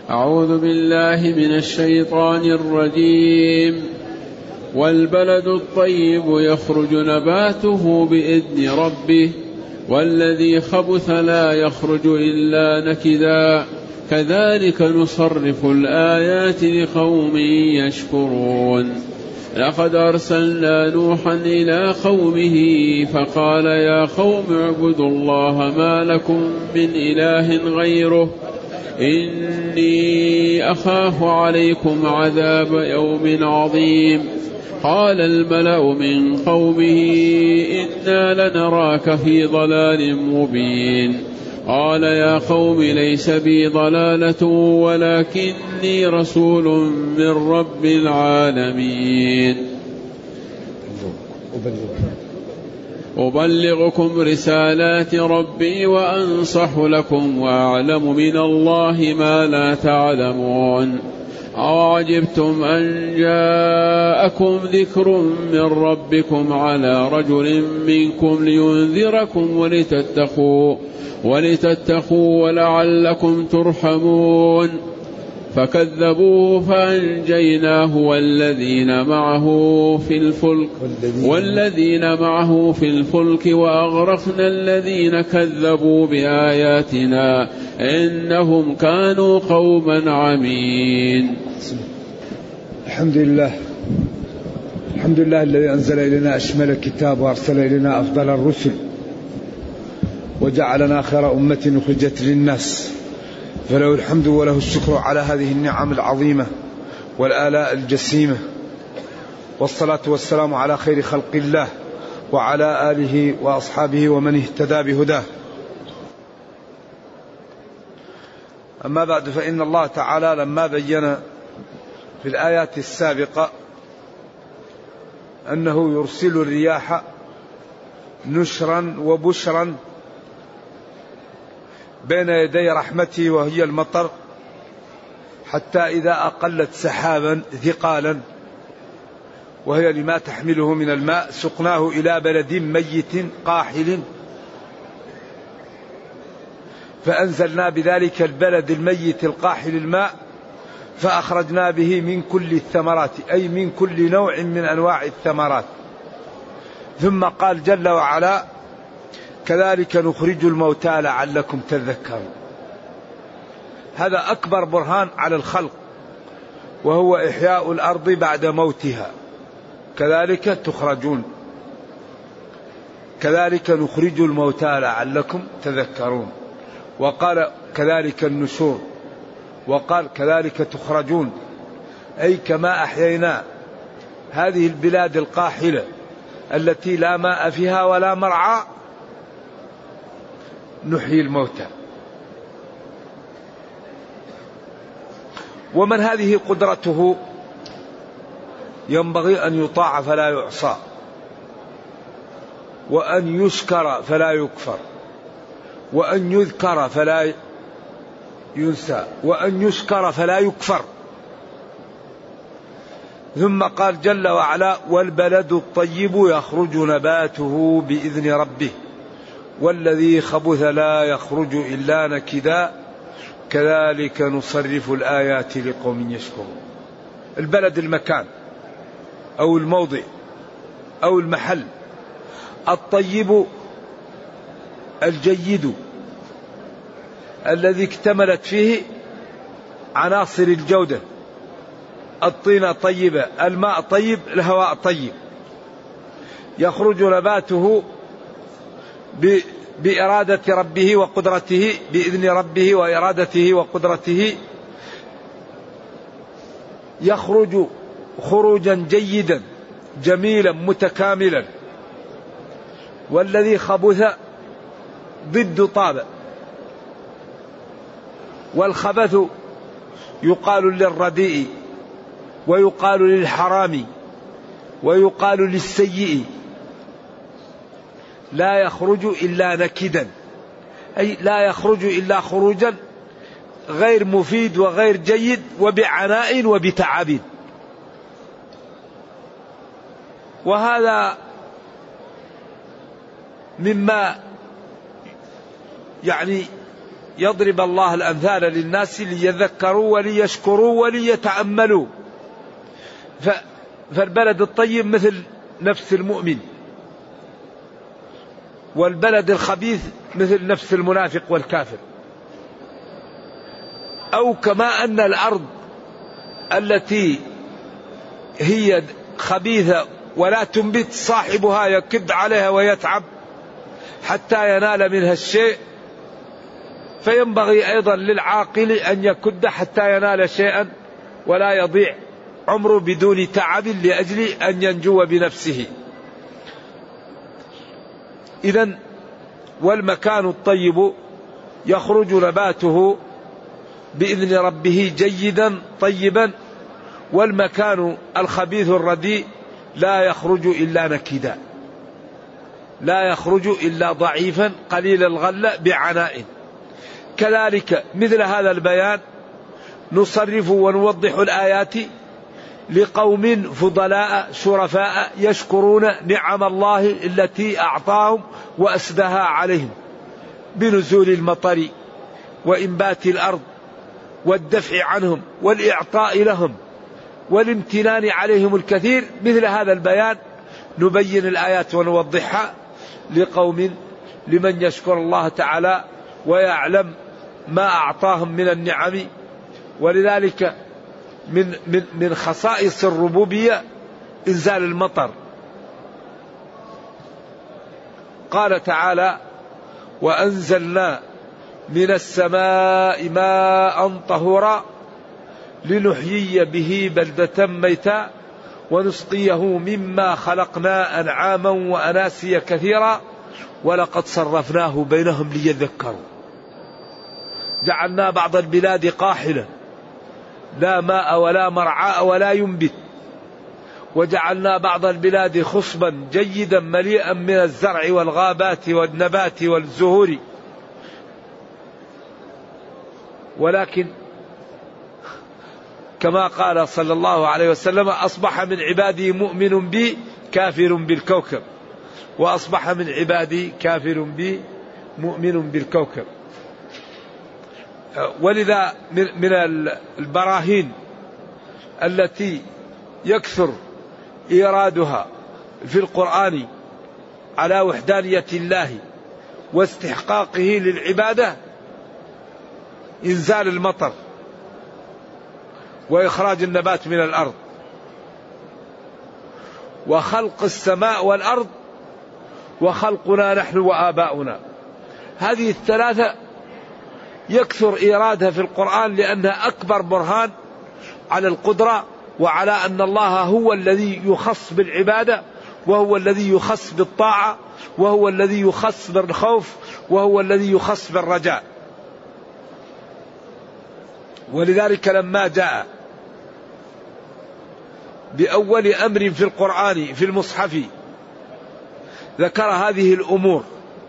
أعوذ بالله من الشيطان الرجيم. والبلد الطيب يخرج نباته بإذن ربه والذي خبث لا يخرج إلا نكدا كذلك نصرف الآيات لقوم يشكرون. لقد أرسلنا نوحا إلى قومه فقال يا قوم اعبدوا الله ما لكم من إله غيره إني أخاف عليكم عذاب يوم عظيم. قال الملأ من قومه إنا لنراك في ضلال مبين. قال يا قوم ليس بي ضلالة ولكني رسول من رب العالمين أبلغكم رسالات ربي وأنصح لكم وأعلم من الله ما لا تعلمون. أعجبتم أن جاءكم ذكر من ربكم على رجل منكم لينذركم ولتتقوا ولعلكم ترحمون. فكذبوه فأنجيناه والذين معه في الفلك وأغرقنا الذين كذبوا بآياتنا إنهم كانوا قوما عمين. الحمد لله الذي أنزل إلينا أشمل الكتاب وأرسل إلينا أفضل الرسل وجعلنا خير أمة أخرجت للناس، فله الحمد وله الشكر على هذه النعم العظيمة والآلاء الجسيمة، والصلاة والسلام على خير خلق الله وعلى آله وأصحابه ومن اهتدى بهداه. أما بعد، فإن الله تعالى لما بين في الآيات السابقة أنه يرسل الرياح نشرا وبشرا بين يدي رحمته وهي المطر، حتى إذا أقلت سحابا ثقالا وهي لما تحمله من الماء سقناه إلى بلد ميت قاحل فأنزلنا بذلك البلد الميت القاحل الماء فأخرجنا به من كل الثمرات، أي من كل نوع من أنواع الثمرات. ثم قال جل وعلا كذلك نخرج الموتى لعلكم تذكرون. هذا أكبر برهان على الخلق، وهو إحياء الأرض بعد موتها. كذلك تخرجون، كذلك نخرج الموتى لعلكم تذكرون. وقال كذلك النشور، وقال كذلك تخرجون، أي كما أحيينا هذه البلاد القاحلة التي لا ماء فيها ولا مرعى نحيي الموتى. ومن هذه قدرته ينبغي أن يطاع فلا يعصى، وأن يشكر فلا يكفر، وأن يذكر فلا ينسى، وأن يشكر فلا يكفر. ثم قال جل وعلا والبلد الطيب يخرج نباته بإذن ربه والذي خبث لا يخرج إلا نكدا كذلك نصرف الآيات لقوم يشكرون. البلد المكان أو الموضع أو المحل. الطيب الجيد الذي اكتملت فيه عناصر الجودة. الطينة طيبة، الماء طيب، الهواء طيب. يخرج نباته بإرادة ربه وقدرته، بإذن ربه وإرادته وقدرته، يخرج خروجا جيدا جميلا متكاملا. والذي خبث ضد طاب، والخبث يقال للرديء ويقال للحرام ويقال للسيء. لا يخرج إلا نكدا، أي لا يخرج إلا خروجا غير مفيد وغير جيد وبعناء وبتعب. وهذا مما يضرب الله الأمثال للناس ليذكروا وليشكروا وليتأملوا. فالبلد الطيب مثل نفس المؤمن، والبلد الخبيث مثل نفس المنافق والكافر. أو كما أن الأرض التي هي خبيثة ولا تنبت صاحبها يكد عليها ويتعب حتى ينال منها الشيء، فينبغي أيضا للعاقل أن يكد حتى ينال شيئا ولا يضيع عمره بدون تعب لأجل أن ينجو بنفسه. إذن والمكان الطيب يخرج نباته بإذن ربه جيدا طيبا، والمكان الخبيث الرديء لا يخرج إلا نكدا، لا يخرج إلا ضعيفا قليل الغلة بعناء. كذلك مثل هذا البيان نصرف ونوضح الآيات لقوم فضلاء شرفاء يشكرون نعم الله التي أعطاهم وأسدها عليهم بنزول المطر وإنبات الأرض والدفع عنهم والإعطاء لهم والامتنان عليهم الكثير. مثل هذا البيان نبين الآيات ونوضحها لقوم لمن يشكر الله تعالى ويعلم ما أعطاهم من النعم. ولذلك من خصائص الربوبية إنزال المطر. قال تعالى: وأنزلنا من السماء ماء طهورا لنحيي به بلدة ميتا ونسقيه مما خلقنا أنعاما وأناسيا كثيرا ولقد صرفناه بينهم ليذكروا. جعلنا بعض البلاد قاحلة لا ماء ولا مرعاء ولا ينبت، وجعلنا بعض البلاد خصبا جيدا مليئا من الزرع والغابات والنبات والزهور. ولكن كما قال صلى الله عليه وسلم: أصبح من عبادي مؤمن بي كافر بالكوكب، وأصبح من عبادي كافر بي مؤمن بالكوكب. ولذا من البراهين التي يكثر إيرادها في القرآن على وحدانية الله واستحقاقه للعبادة إنزال المطر وإخراج النبات من الأرض وخلق السماء والأرض وخلقنا نحن وآباؤنا. هذه الثلاثة يكثر إيرادها في القرآن لأنها أكبر برهان على القدرة وعلى أن الله هو الذي يخص بالعبادة، وهو الذي يخص بالطاعة، وهو الذي يخص بالخوف، وهو الذي يخص بالرجاء. ولذلك لما جاء بأول أمر في القرآن في المصحف ذكر هذه الأمور،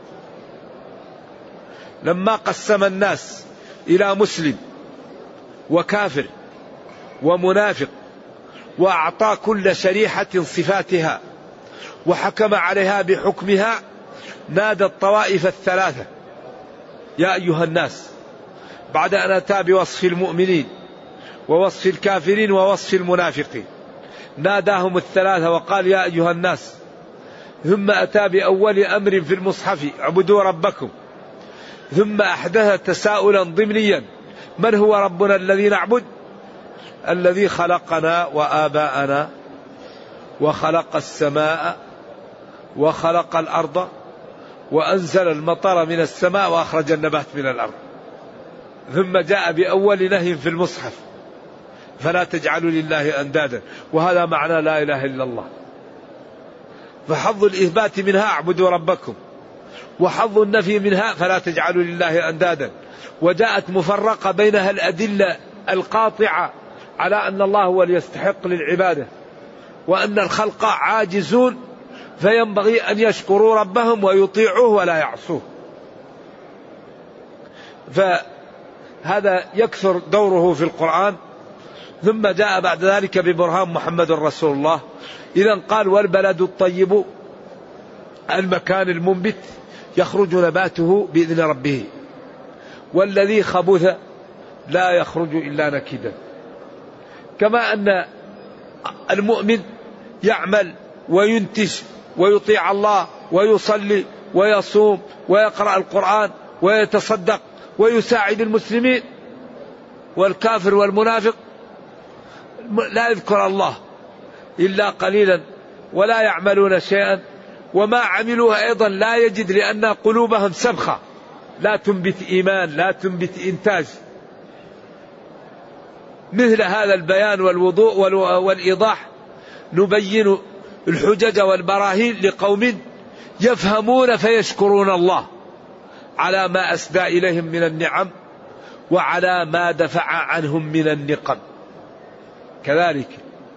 لما قسم الناس إلى مسلم وكافر ومنافق وأعطى كل شريحة صفاتها وحكم عليها بحكمها، نادى الطوائف الثلاثة: يا أيها الناس، بعد أن أتى بوصف المؤمنين ووصف الكافرين ووصف المنافقين، ناداهم الثلاثة وقال: يا أيها الناس. ثم أتى بأول أمر في المصحف: اعبدوا ربكم. ثم أحدث تساؤلا ضمنيا: من هو ربنا الذي نعبد؟ الذي خلقنا وآباءنا وخلق السماء وخلق الأرض وأنزل المطر من السماء وأخرج النبات من الأرض. ثم جاء بأول نهي في المصحف: فلا تجعلوا لله أندادا. وهذا معنى لا إله إلا الله. فحظ الإثبات منها: اعبدوا ربكم، وحظ النفي منها: فلا تجعلوا لله أندادا. وجاءت مفرقة بينها الأدلة القاطعة على أن الله هو يستحق للعبادة، وأن الخلق عاجزون، فينبغي أن يشكروا ربهم ويطيعوه ولا يعصوه. فهذا يكثر دوره في القرآن. ثم جاء بعد ذلك ببرهان محمد رسول الله. إذن قال: والبلد الطيب، المكان المنبت يخرج نباته بإذن ربه. والذي خبث لا يخرج إلا نكدا. كما أن المؤمن يعمل وينتج ويطيع الله ويصلي ويصوم ويقرأ القرآن ويتصدق ويساعد المسلمين، والكافر والمنافق لا يذكر الله إلا قليلا ولا يعملون شيئا، وما عملوه أيضا لا يجد، لأن قلوبهم سبخة لا تنبت إيمان لا تنبت إنتاج. مثل هذا البيان والوضوء والإيضاح نبين الحجج والبراهين لقوم يفهمون فيشكرون الله على ما أسدى إليهم من النعم وعلى ما دفع عنهم من النقم. كذلك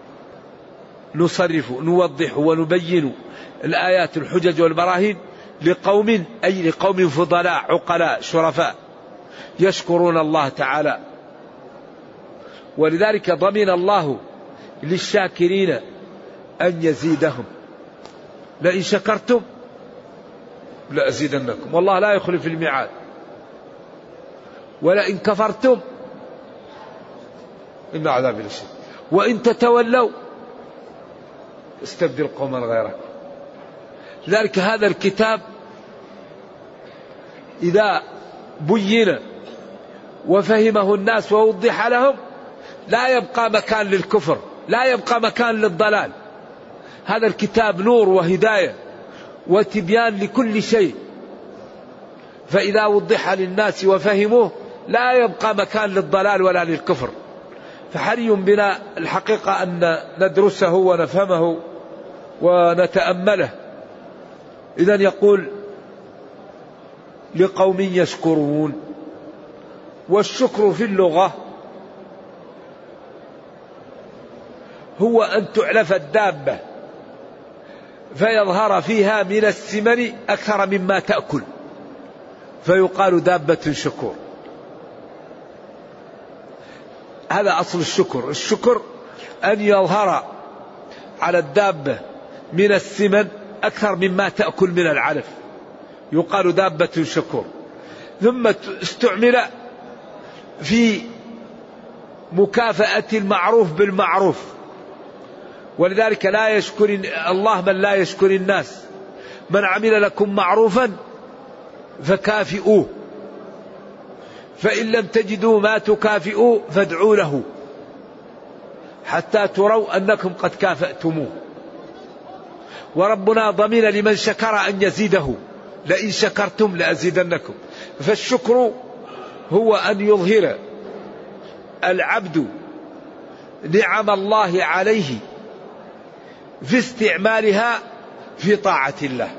نصرف نوضح ونبين الآيات الحجج والبراهين لقوم، أي لقوم فضلاء عقلاء شرفاء يشكرون الله تعالى. ولذلك ضمن الله للشاكرين أن يزيدهم، لئن شكرتم لأزيدنكم، والله لا يخلف الميعاد، ولئن كفرتم إن عذابي لشديد، وإن تتولوا استبدل قوما غيركم. لذلك هذا الكتاب إذا بين وفهمه الناس ووضح لهم لا يبقى مكان للكفر، لا يبقى مكان للضلال. هذا الكتاب نور وهداية وتبيان لكل شيء، فإذا وضح للناس وفهموه لا يبقى مكان للضلال ولا للكفر. فحري بنا الحقيقة أن ندرسه ونفهمه ونتأمله. إذن يقول لقوم يشكرون. والشكر في اللغة هو أن تعلف الدابة فيظهر فيها من السمن أكثر مما تأكل فيقال دابة شكور. هذا أصل الشكر. الشكر أن يظهر على الدابة من السمن أكثر مما تأكل من العلف يقال دابة شكور. ثم استعمل في مكافأة المعروف بالمعروف، ولذلك لا يشكر الله من لا يشكر الناس. من عمل لكم معروفا فكافئوه، فإن لم تجدوا ما تكافئوا فادعوا له حتى تروا أنكم قد كافأتموه. وربنا ضمن لمن شكر أن يزيده، لئن شكرتم لأزيدنكم. فالشكر هو أن يظهر العبد نعم الله عليه في استعمالها في طاعة الله،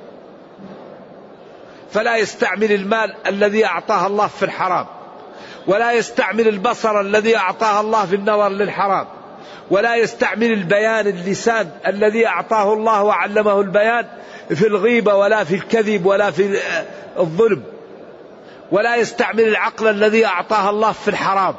فلا يستعمل المال الذي أعطاه الله في الحرام، ولا يستعمل البصر الذي أعطاه الله في النظر للحرام، ولا يستعمل البيان اللسان الذي أعطاه الله وعلمه البيان في الغيبة ولا في الكذب ولا في الظلم، ولا يستعمل العقل الذي أعطاه الله في الحرام.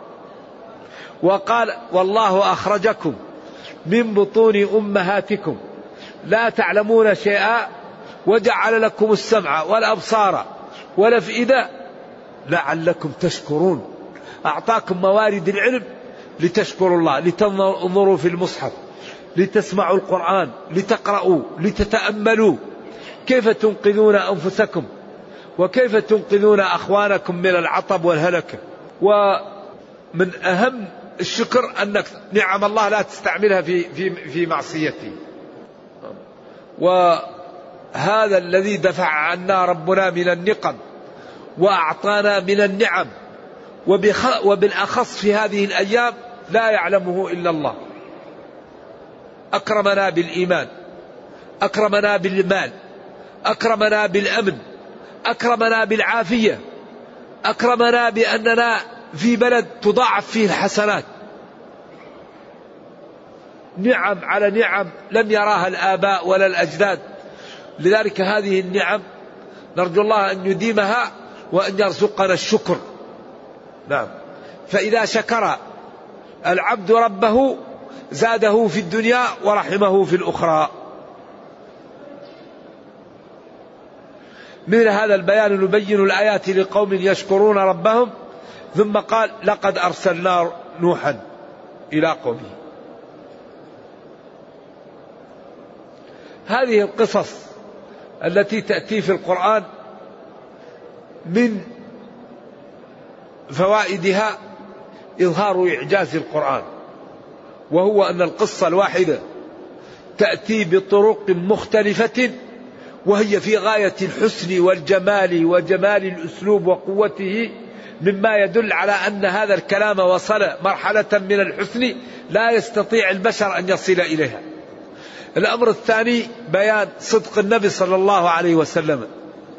وقال والله أخرجكم من بطون أمهاتكم لا تعلمون شيئا وجعل لكم السمع والأبصار والأفئدة لعلكم تشكرون. أعطاكم موارد العلم لتشكروا الله، لتنظروا في المصحف، لتسمعوا القرآن، لتقرأوا، لتتأملوا كيف تنقذون أنفسكم وكيف تنقذون أخوانكم من العطب والهلكة. ومن أهم الشكر أنك نعم الله لا تستعملها في معصيته. وهذا الذي دفع عنا ربنا من النقم وأعطانا من النعم، وبالأخص في هذه الأيام لا يعلمه إلا الله. أكرمنا بالإيمان، أكرمنا بالمال، أكرمنا بالأمن، أكرمنا بالعافية، أكرمنا بأننا في بلد تضاعف فيه الحسنات. نعم على نعم لم يراها الآباء ولا الأجداد. لذلك هذه النعم نرجو الله أن يديمها وأن يرزقنا الشكر. نعم. فإذا شكر العبد ربه زاده في الدنيا ورحمه في الأخرى. مثل هذا البيان نبين الآيات لقوم يشكرون ربهم. ثم قال لقد أرسلنا نوحا إلى قومه. هذه القصص التي تأتي في القرآن من فوائدها إظهار إعجاز القرآن، وهو أن القصة الواحدة تأتي بطرق مختلفة وهي في غاية الحسن والجمال وجمال الأسلوب وقوته، مما يدل على أن هذا الكلام وصل مرحلة من الحسن لا يستطيع البشر أن يصل إليها. الأمر الثاني بيان صدق النبي صلى الله عليه وسلم.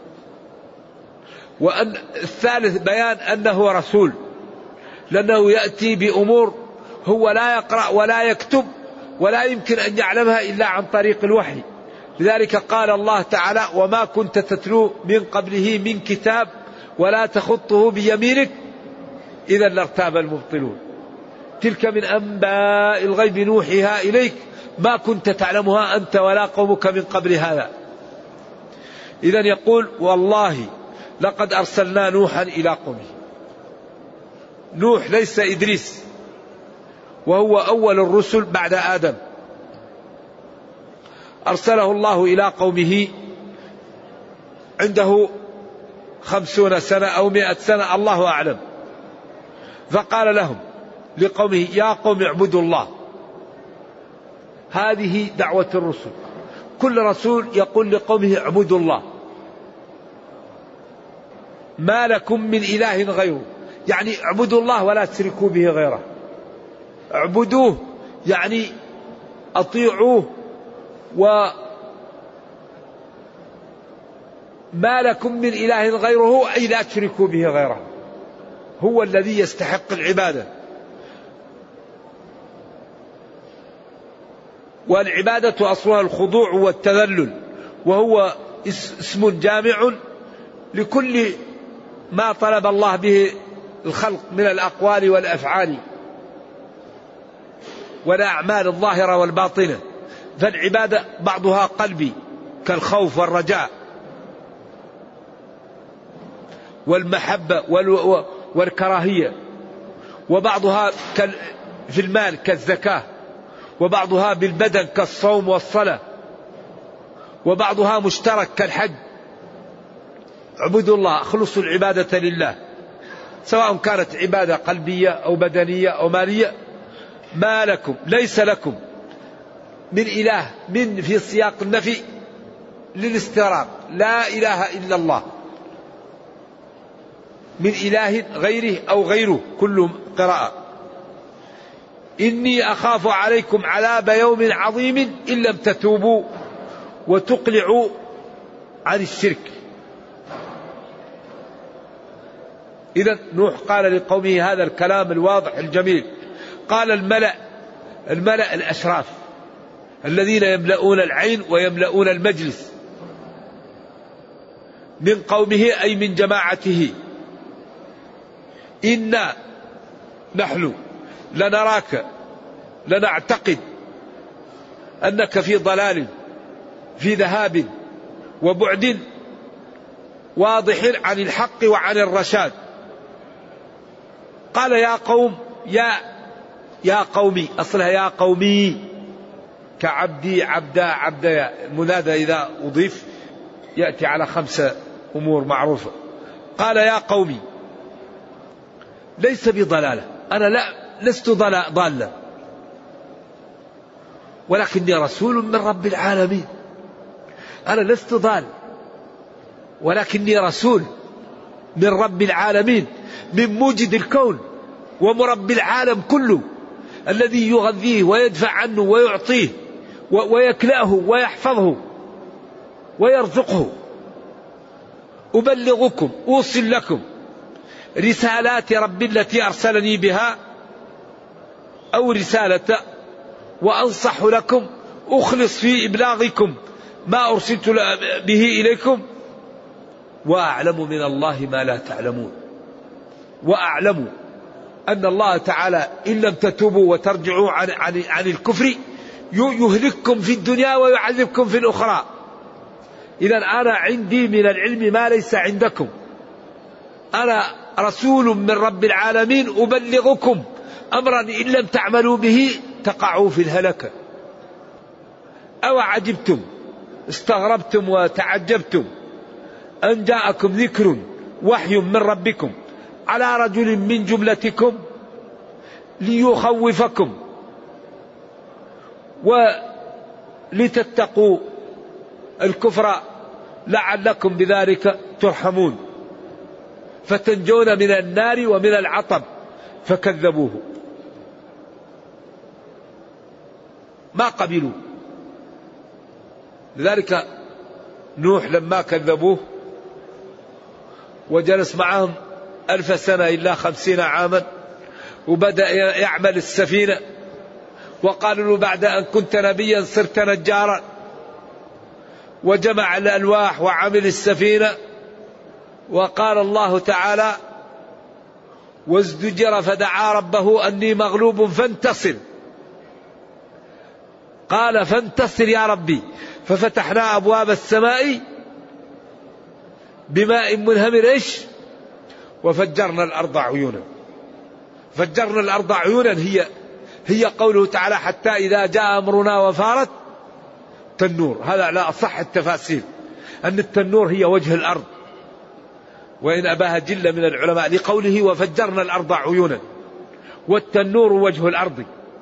وأن الثالث بيان أنه رسول، لأنه يأتي بأمور هو لا يقرأ ولا يكتب ولا يمكن أن يعلمها إلا عن طريق الوحي. لذلك قال الله تعالى وما كنت تتلو من قبله من كتاب ولا تخطه بيمينك إذا لارتاب المبطلون. تلك من أنباء الغيب نوحيها إليك ما كنت تعلمها أنت ولا قومك من قبل هذا. إذن يقول والله لقد أرسلنا نوحا إلى قومه. نوح ليس إدريس، وهو أول الرسل بعد آدم. أرسله الله إلى قومه عنده 50 سنة أو 100 سنة الله أعلم. فقال لهم لقومه يا قوم اعبدوا الله. هذه دعوة الرسل، كل رسول يقول لقومه اعبدوا الله، ما لكم من إله غيره، يعني اعبدوا الله ولا تشركوا به غيره. اعبدوه يعني أطيعوه، وما لكم من إله غيره أي لا تشركوا به غيره، هو الذي يستحق العبادة. والعبادة أصلها الخضوع والتذلل، وهو اسم جامع لكل ما طلب الله به الخلق من الأقوال والأفعال والأعمال الظاهرة والباطنة. فالعبادة بعضها قلبي كالخوف والرجاء والمحبة والكراهية، وبعضها في المال كالزكاة، وبعضها بالبدن كالصوم والصلاة، وبعضها مشترك كالحج. اعبدوا الله، اخلصوا العبادة لله، سواء كانت عبادة قلبية أو بدنية أو مالية. ما لكم ليس لكم من إله، من في سياق النفي للاستغراق، لا إله إلا الله، من إله غيره أو غيره كل قراءة. إني أخاف عليكم عذاب يوم عظيم إن لم تتوبوا وتقلعوا عن الشرك. إذا نوح قال لقومه هذا الكلام الواضح الجميل. قال الملأ الأشراف الذين يملؤون العين ويملؤون المجلس من قومه أي من جماعته إنا نحن لنراك لنعتقد أنك في ضلال في ذهاب وبعد واضح عن الحق وعن الرشاد. قال يا قوم يا قومي، أصلها يا قومي كعبدي عبدا. المنادى إذا أضيف يأتي على 5 أمور معروفة. قال يا قومي ليس بضلالة، أنا لست ضالا، ولكني رسول من رب العالمين. أنا لست ضال ولكني رسول من رب العالمين، من موجد الكون ومربي العالم كله، الذي يغذيه ويدفع عنه ويعطيه ويكلأه ويحفظه ويرزقه. أبلغكم أوصل لكم رسالات ربي التي أرسلني بها أو رسالة، وأنصح لكم أخلص في إبلاغكم ما أرسلت به إليكم، وأعلم من الله ما لا تعلمون. وأعلم أن الله تعالى إن لم تتوبوا وترجعوا عن الكفر يهلككم في الدنيا ويعذبكم في الأخرى. إذن أنا عندي من العلم ما ليس عندكم، أنا رسول من رب العالمين أبلغكم أمرا إن لم تعملوا به تقعوا في الهلكة. أو عجبتم استغربتم وتعجبتم أن جاءكم ذكر وحي من ربكم على رجل من جملتكم ليخوفكم ولتتقوا الكفر لعلكم بذلك ترحمون فتنجون من النار ومن العطب. فكذبوه ما قبلوا. لذلك نوح لما كذبوه وجلس معهم 1000 سنة إلا 50 عاما وبدأ يعمل السفينة، وقالوا له بعد أن كنت نبيا صرت نجارا، وجمع الألواح وعمل السفينة. وقال الله تعالى وازدجر فدعا ربه أني مغلوب فانتصر. قال فانتصر يا ربي، ففتحنا أبواب السماء بماء منهمر وفجرنا الأرض عيونا. فجرنا الأرض عيونا هي قوله تعالى حتى إذا جاء أمرنا وفارت تنور. هذا لا أصح التفاسير أن التنور هي وجه الأرض، وإن أباها جل من العلماء لقوله وفجرنا الأرض عيونا، والتنور وجه الأرض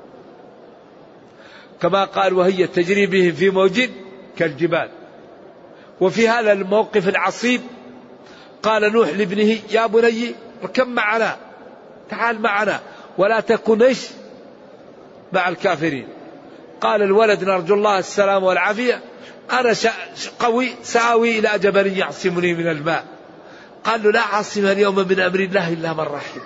كما قال وهي تجري بهم في موج كالجبال. وفي هذا الموقف العصيب قال نوح لابنه يا بني اركب معنا، تعال معنا ولا تكن مع الكافرين. قال الولد نرجو الله السلام والعافية، أنا قوي سآوي إلى جبل يعصمني من الماء. قال له لا عاصم اليوم من أمر الله إلا من رحم.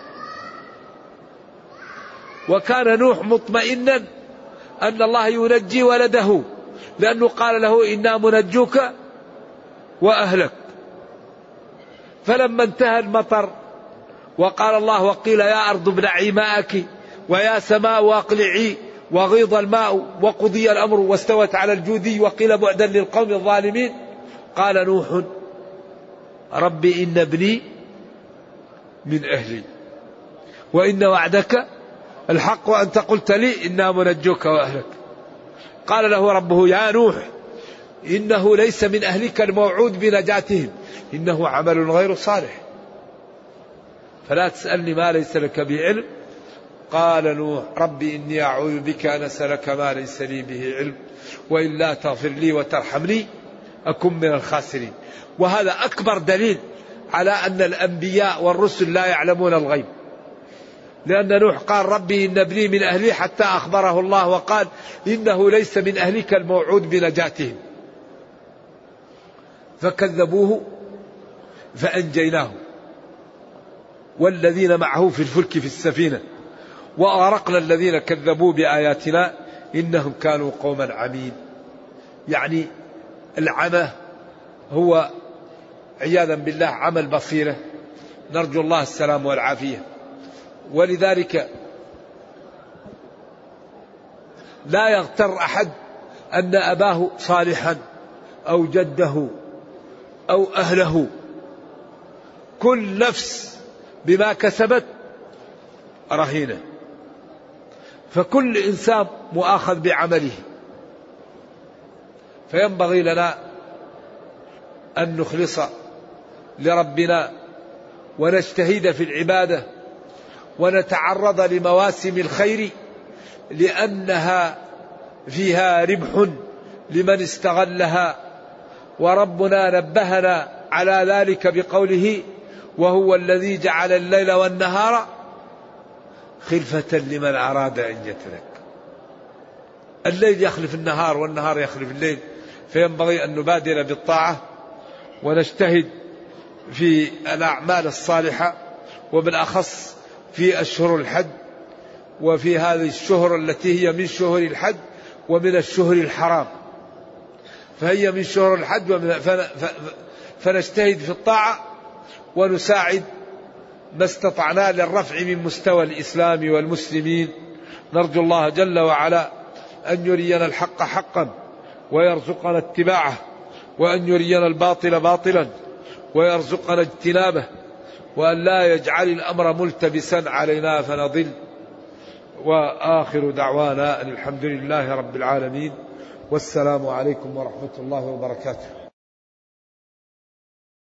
وكان نوح مطمئنا أن الله ينجي ولده، لأنه قال له إنا منجوك وأهلك. فلما انتهى المطر وقال الله وقيل يا أرض ابلعي ماءك ويا سماء واقلعي وغيض الماء وقضي الأمر واستوت على الجودي وقيل بعدا للقوم الظالمين، قال نوح ربي إن ابني من أهلي وإن وعدك الحق وأنت قلت لي إنا منجوك وأهلك. قال له ربه يا نوح إنه ليس من أهلك الموعود بنجاتهم، إنه عمل غير صالح فلا تسألني ما ليس لك به علم. قال نوح ربي إني أعوذ بك أن أسألك ما ليس لي به علم وإلا تغفر لي وترحمني أكن من الخاسرين. وهذا أكبر دليل على أن الأنبياء والرسل لا يعلمون الغيب، لأن نوح قال ربي إن ابني من أهلي حتى أخبره الله وقال إنه ليس من أهلك الموعود بنجاتهم. فكذبوه فأنجيناه والذين معه في الفلك في السفينة وأغرقنا الذين كذبوا بآياتنا إنهم كانوا قوما عمين. يعني العمى هو عياذا بالله عمى البصيرة، نرجو الله السلام والعافية. ولذلك لا يغتر أحد أن أباه صالحا أو جده أو أهله، كل نفس بما كسبت رهينة، فكل إنسان مؤاخذ بعمله. فينبغي لنا أن نخلص لربنا ونجتهد في العبادة ونتعرض لمواسم الخير، لأنها فيها ربح لمن استغلها. وربنا نبهنا على ذلك بقوله وهو الذي جعل الليل والنهار خلفة لمن أراد أن يترك. الليل يخلف النهار والنهار يخلف الليل، فينبغي أن نبادر بالطاعة ونجتهد في الأعمال الصالحة، وبالأخص في أشهر الحج وفي هذه الشهر التي هي من شهور الحج ومن الشهر الحرام، فهي من شهور الحج فنجتهد في الطاعة ونساعد ما استطعنا للرفع من مستوى الإسلام والمسلمين. نرجو الله جل وعلا أن يرينا الحق حقا ويرزقنا اتباعه، وأن يرينا الباطل باطلا ويرزقنا اجتنابه، وأن لا يجعل الأمر ملتبسا علينا فنضل. وآخر دعوانا أن الحمد لله رب العالمين، والسلام عليكم ورحمة الله وبركاته.